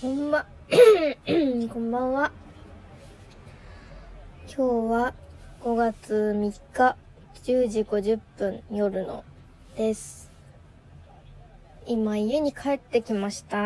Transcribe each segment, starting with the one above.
こんばんは。今日は5月3日10時50分夜のです。今家に帰ってきました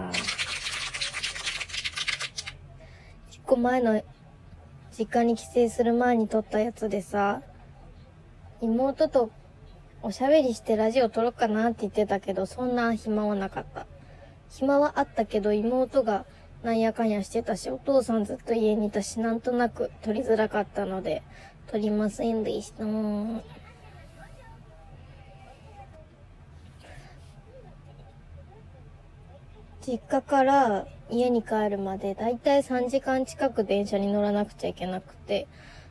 。1個前の実家に帰省する前に撮ったやつでさ、妹とおしゃべりしてラジオ撮ろうかなって言ってたけど、そんな暇はなかった。暇はあったけど妹がなんやかんやしてたし、お父さんずっと家にいたし、なんとなく撮りづらかったので撮りませんでした。実家から家に帰るまでだいたい3時間近く電車に乗らなくちゃいけなくて、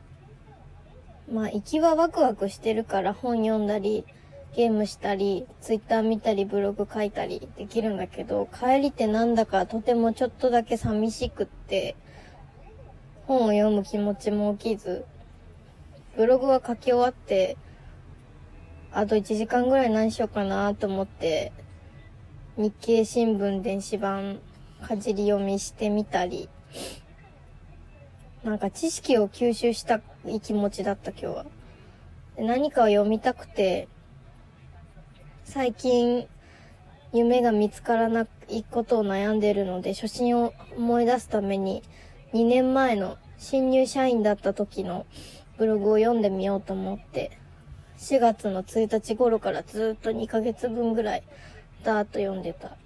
行きはワクワクしてるから本読んだりゲームしたりツイッター見たりブログ書いたりできるんだけど、帰りってなんだかとてもちょっとだけ寂しくって、本を読む気持ちも起きず、ブログは書き終わってあと1時間ぐらい何しようかなと思って日経新聞電子版かじり読みしてみたり、なんか知識を吸収したい気持ちだった今日は。何かを読みたくて、最近夢が見つからないことを悩んでいるので、初心を思い出すために2年前の新入社員だった時のブログを読んでみようと思って、4月の1日頃からずっと2ヶ月分ぐらいだーっと読んでた。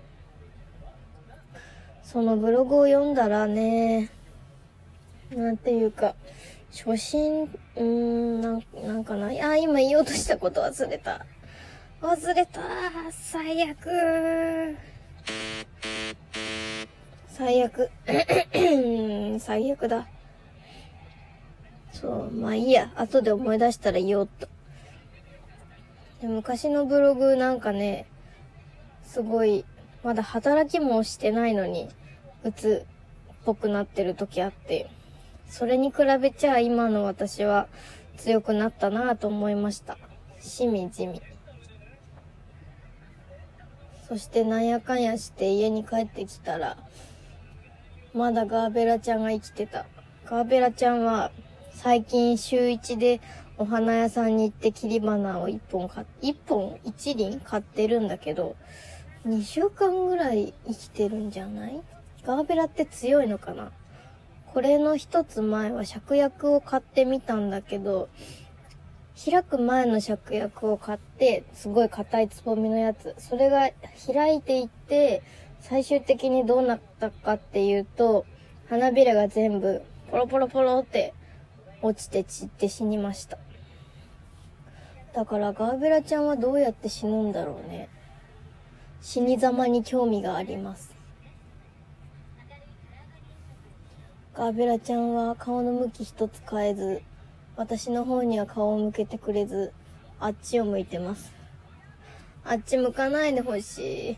そのブログを読んだらね、なんていうか、初心、なんかな。今言おうとしたこと忘れた。最悪。最悪だ。そう、いいや。後で思い出したら言おうと。で、昔のブログなんかね、すごい、まだ働きもしてないのに、鬱っぽくなってる時あって、それに比べちゃ今の私は強くなったなぁと思いました。しみじみ。そしてなんやかんやして家に帰ってきたら、まだガーベラちゃんが生きてた。ガーベラちゃんは最近週1でお花屋さんに行って切り花を1輪買ってるんだけど、2週間ぐらい生きてるんじゃない？ガーベラって強いのかな？これの一つ前は芍薬を買ってみたんだけど、開く前の芍薬を買って、すごい硬いつぼみのやつ。それが開いていって、最終的にどうなったかっていうと、花びらが全部ポロポロポロって落ちて散って死にました。だからガーベラちゃんはどうやって死ぬんだろうね。死に様に興味があります。ガーベラちゃんは顔の向き一つ変えず、私の方には顔を向けてくれず、あっちを向いてます。あっち向かないでほしい。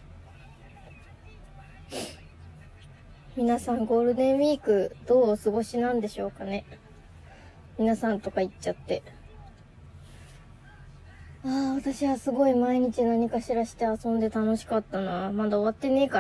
皆さんゴールデンウィークどうお過ごしなんでしょうかね。皆さんとか言っちゃって。私はすごい毎日何かしらして遊んで楽しかったな。まだ終わってねえから。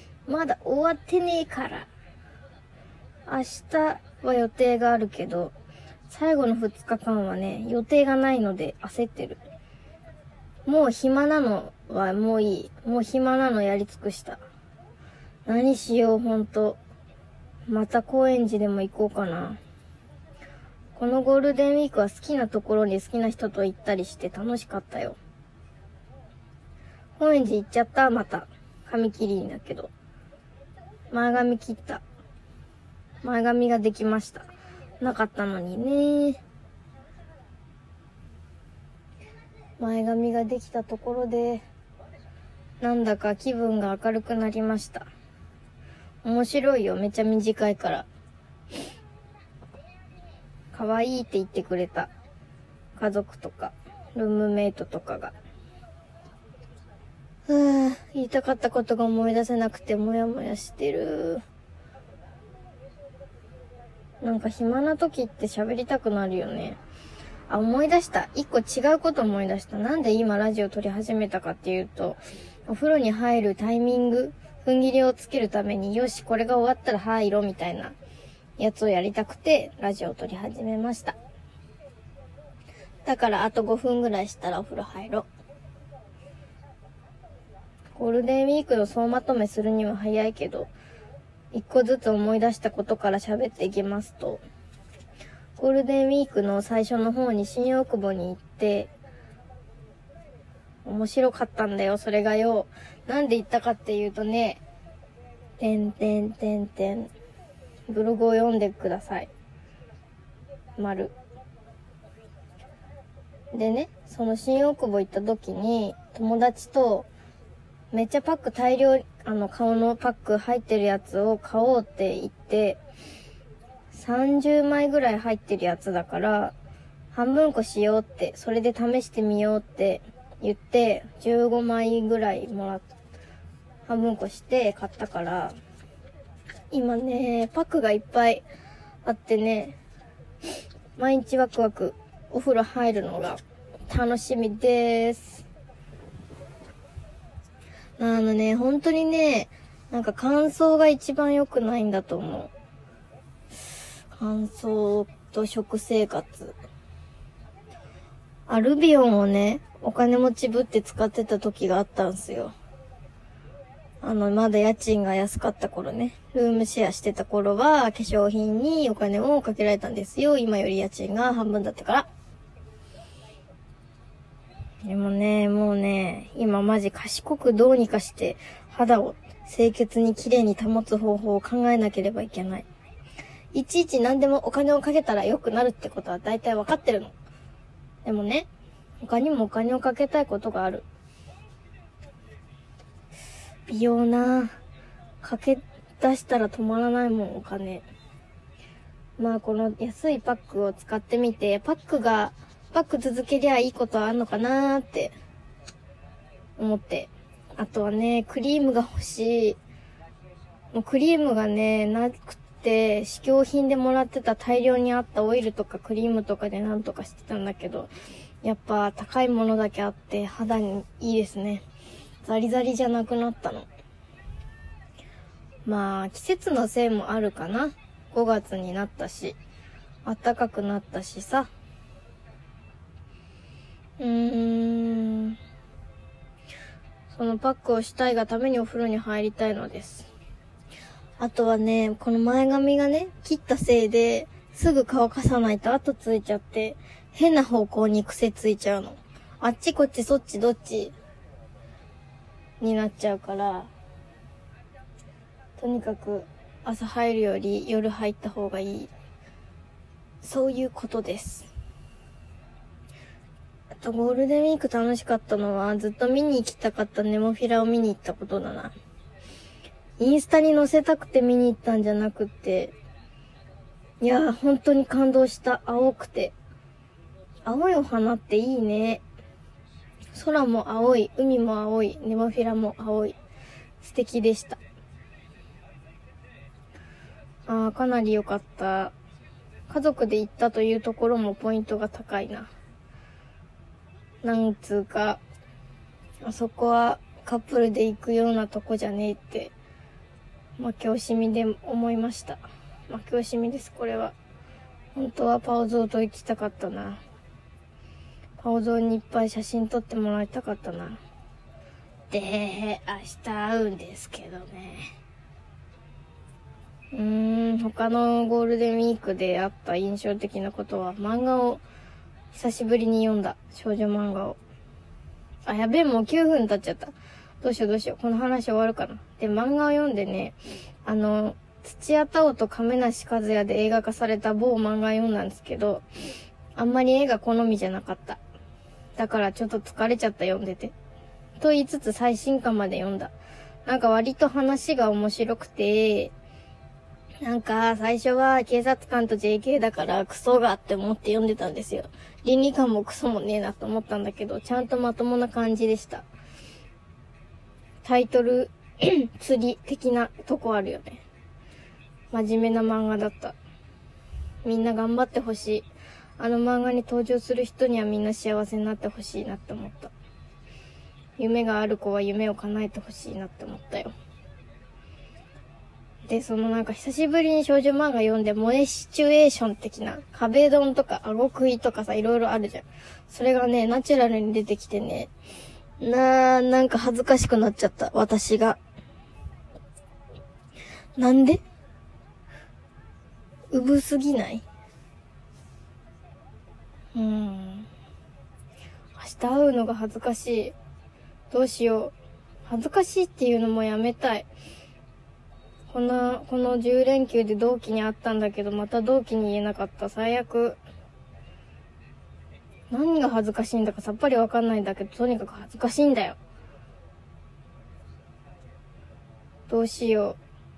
明日は予定があるけど、最後の2日間はね、予定がないので焦ってる。もう暇なのはもういい。もう暇なのやり尽くした。何しようほんと。また高円寺でも行こうかな。このゴールデンウィークは好きなところに好きな人と行ったりして楽しかったよ。高円寺行っちゃった、また。髪切りだけど。前髪切った。前髪ができました。なかったのにね。前髪ができたところで、なんだか気分が明るくなりました。面白いよ、めちゃ短いから。可愛いって言ってくれた家族とか、ルームメイトとかが。言いたかったことが思い出せなくてモヤモヤしてる。なんか暇な時って喋りたくなるよね。思い出した。一個違うこと思い出した。なんで今ラジオ撮り始めたかっていうと、お風呂に入るタイミング、 踏ん切りをつけるために、よし、これが終わったら入ろうみたいなやつをやりたくて、ラジオを撮り始めました。だからあと5分ぐらいしたらお風呂入ろう。ゴールデンウィークの総まとめするには早いけど、一個ずつ思い出したことから喋っていきますと、ゴールデンウィークの最初の方に新大久保に行って、面白かったんだよ、それがよ。なんで行ったかっていうとね、ブログを読んでください。でね、その新大久保行った時に、友達と、めっちゃパック大量、顔のパック入ってるやつを買おうって言って、30枚ぐらい入ってるやつだから、半分こしようって、それで試してみようって言って、15枚ぐらいもらった。半分こして買ったから、今ね、パックがいっぱいあってね、毎日ワクワクお風呂入るのが楽しみです。本当にね、なんか乾燥が一番良くないんだと思う。乾燥と食生活。アルビオンをね、お金持ちぶって使ってた時があったんすよ。まだ家賃が安かった頃ね。ルームシェアしてた頃は、化粧品にお金をかけられたんですよ。今より家賃が半分だったから。でもね、もうね、今マジ賢くどうにかして肌を清潔に綺麗に保つ方法を考えなければいけない。いちいち何でもお金をかけたら良くなるってことは大体わかってるの。でもね、他にもお金をかけたいことがある。美容なぁ。かけ出したら止まらないもん、お金。まあこの安いパックを使ってみて、パック続けりゃいいことはあんのかなーって思って。あとはね、クリームが欲しい。もうクリームがね、なくて、試供品でもらってた大量にあったオイルとかクリームとかでなんとかしてたんだけど、やっぱ高いものだけあって肌にいいですね。ザリザリじゃなくなったの。まあ、季節のせいもあるかな。5月になったし、暖かくなったしさ。そのパックをしたいがためにお風呂に入りたいのです。あとはね、この前髪がね、切ったせいで、すぐ乾かさないと跡ついちゃって、変な方向に癖ついちゃうの。あっちこっちそっちどっちになっちゃうから、とにかく朝入るより夜入った方がいい。そういうことです。あとゴールデンウィーク楽しかったのは、ずっと見に行きたかったネモフィラを見に行ったことだな。インスタに載せたくて見に行ったんじゃなくって、いやー本当に感動した。青くて。青いお花っていいね。空も青い、海も青い、ネモフィラも青い。素敵でした。かなり良かった。家族で行ったというところもポイントが高いな。なんつうか、あそこはカップルで行くようなとこじゃねえって、負け惜しみで思いました。負け惜しみです、これは。本当はパオゾーと行きたかったな。パオゾーにいっぱい写真撮ってもらいたかったな。で、明日会うんですけどね。他のゴールデンウィークであった印象的なことは、漫画を久しぶりに読んだ。少女漫画を。やべえ、もう9分経っちゃった。どうしよう。この話終わるかな。で、漫画を読んでね、土屋太鳳と亀梨和也で映画化された某漫画読んだんですけど、あんまり絵が好みじゃなかった。だからちょっと疲れちゃった、読んでて。と言いつつ最新刊まで読んだ。なんか割と話が面白くて、なんか最初は警察官と JK だからクソがって思って読んでたんですよ。倫理観もクソもねえなと思ったんだけど、ちゃんとまともな感じでした。タイトル釣り的なとこあるよね。真面目な漫画だった。みんな頑張ってほしい。あの漫画に登場する人にはみんな幸せになってほしいなって思った。夢がある子は夢を叶えてほしいなって思ったよ。 で、なんか久しぶりに少女漫画読んで、萌えシチュエーション的な、壁ドンとか顎食いとかさ、いろいろあるじゃん。それがね、ナチュラルに出てきてね、なんか恥ずかしくなっちゃった、私が。なんで？うぶすぎない？明日会うのが恥ずかしい。どうしよう。恥ずかしいっていうのもやめたい。この10連休で同期に会ったんだけど、また同期に言えなかった。最悪。何が恥ずかしいんだかさっぱりわかんないんだけど、とにかく恥ずかしいんだよ。どうしよ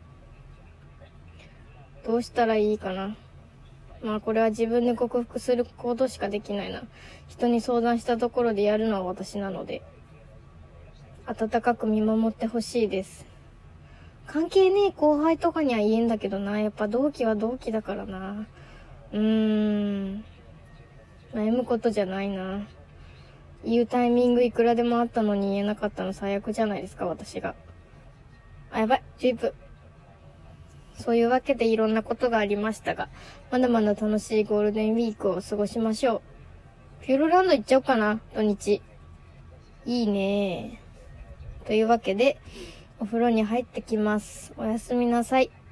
う。どうしたらいいかな。まあこれは自分で克服することしかできないな。人に相談したところでやるのは私なので。温かく見守ってほしいです。関係ねえ後輩とかには言えんだけどな。やっぱ同期は同期だからな。悩むことじゃないな。言うタイミングいくらでもあったのに言えなかったの最悪じゃないですか、私が。あ、やばい、11分。そういうわけでいろんなことがありましたが、まだまだ楽しいゴールデンウィークを過ごしましょう。ピューロランド行っちゃおうかな、土日。いいねー。というわけで、お風呂に入ってきます。おやすみなさい。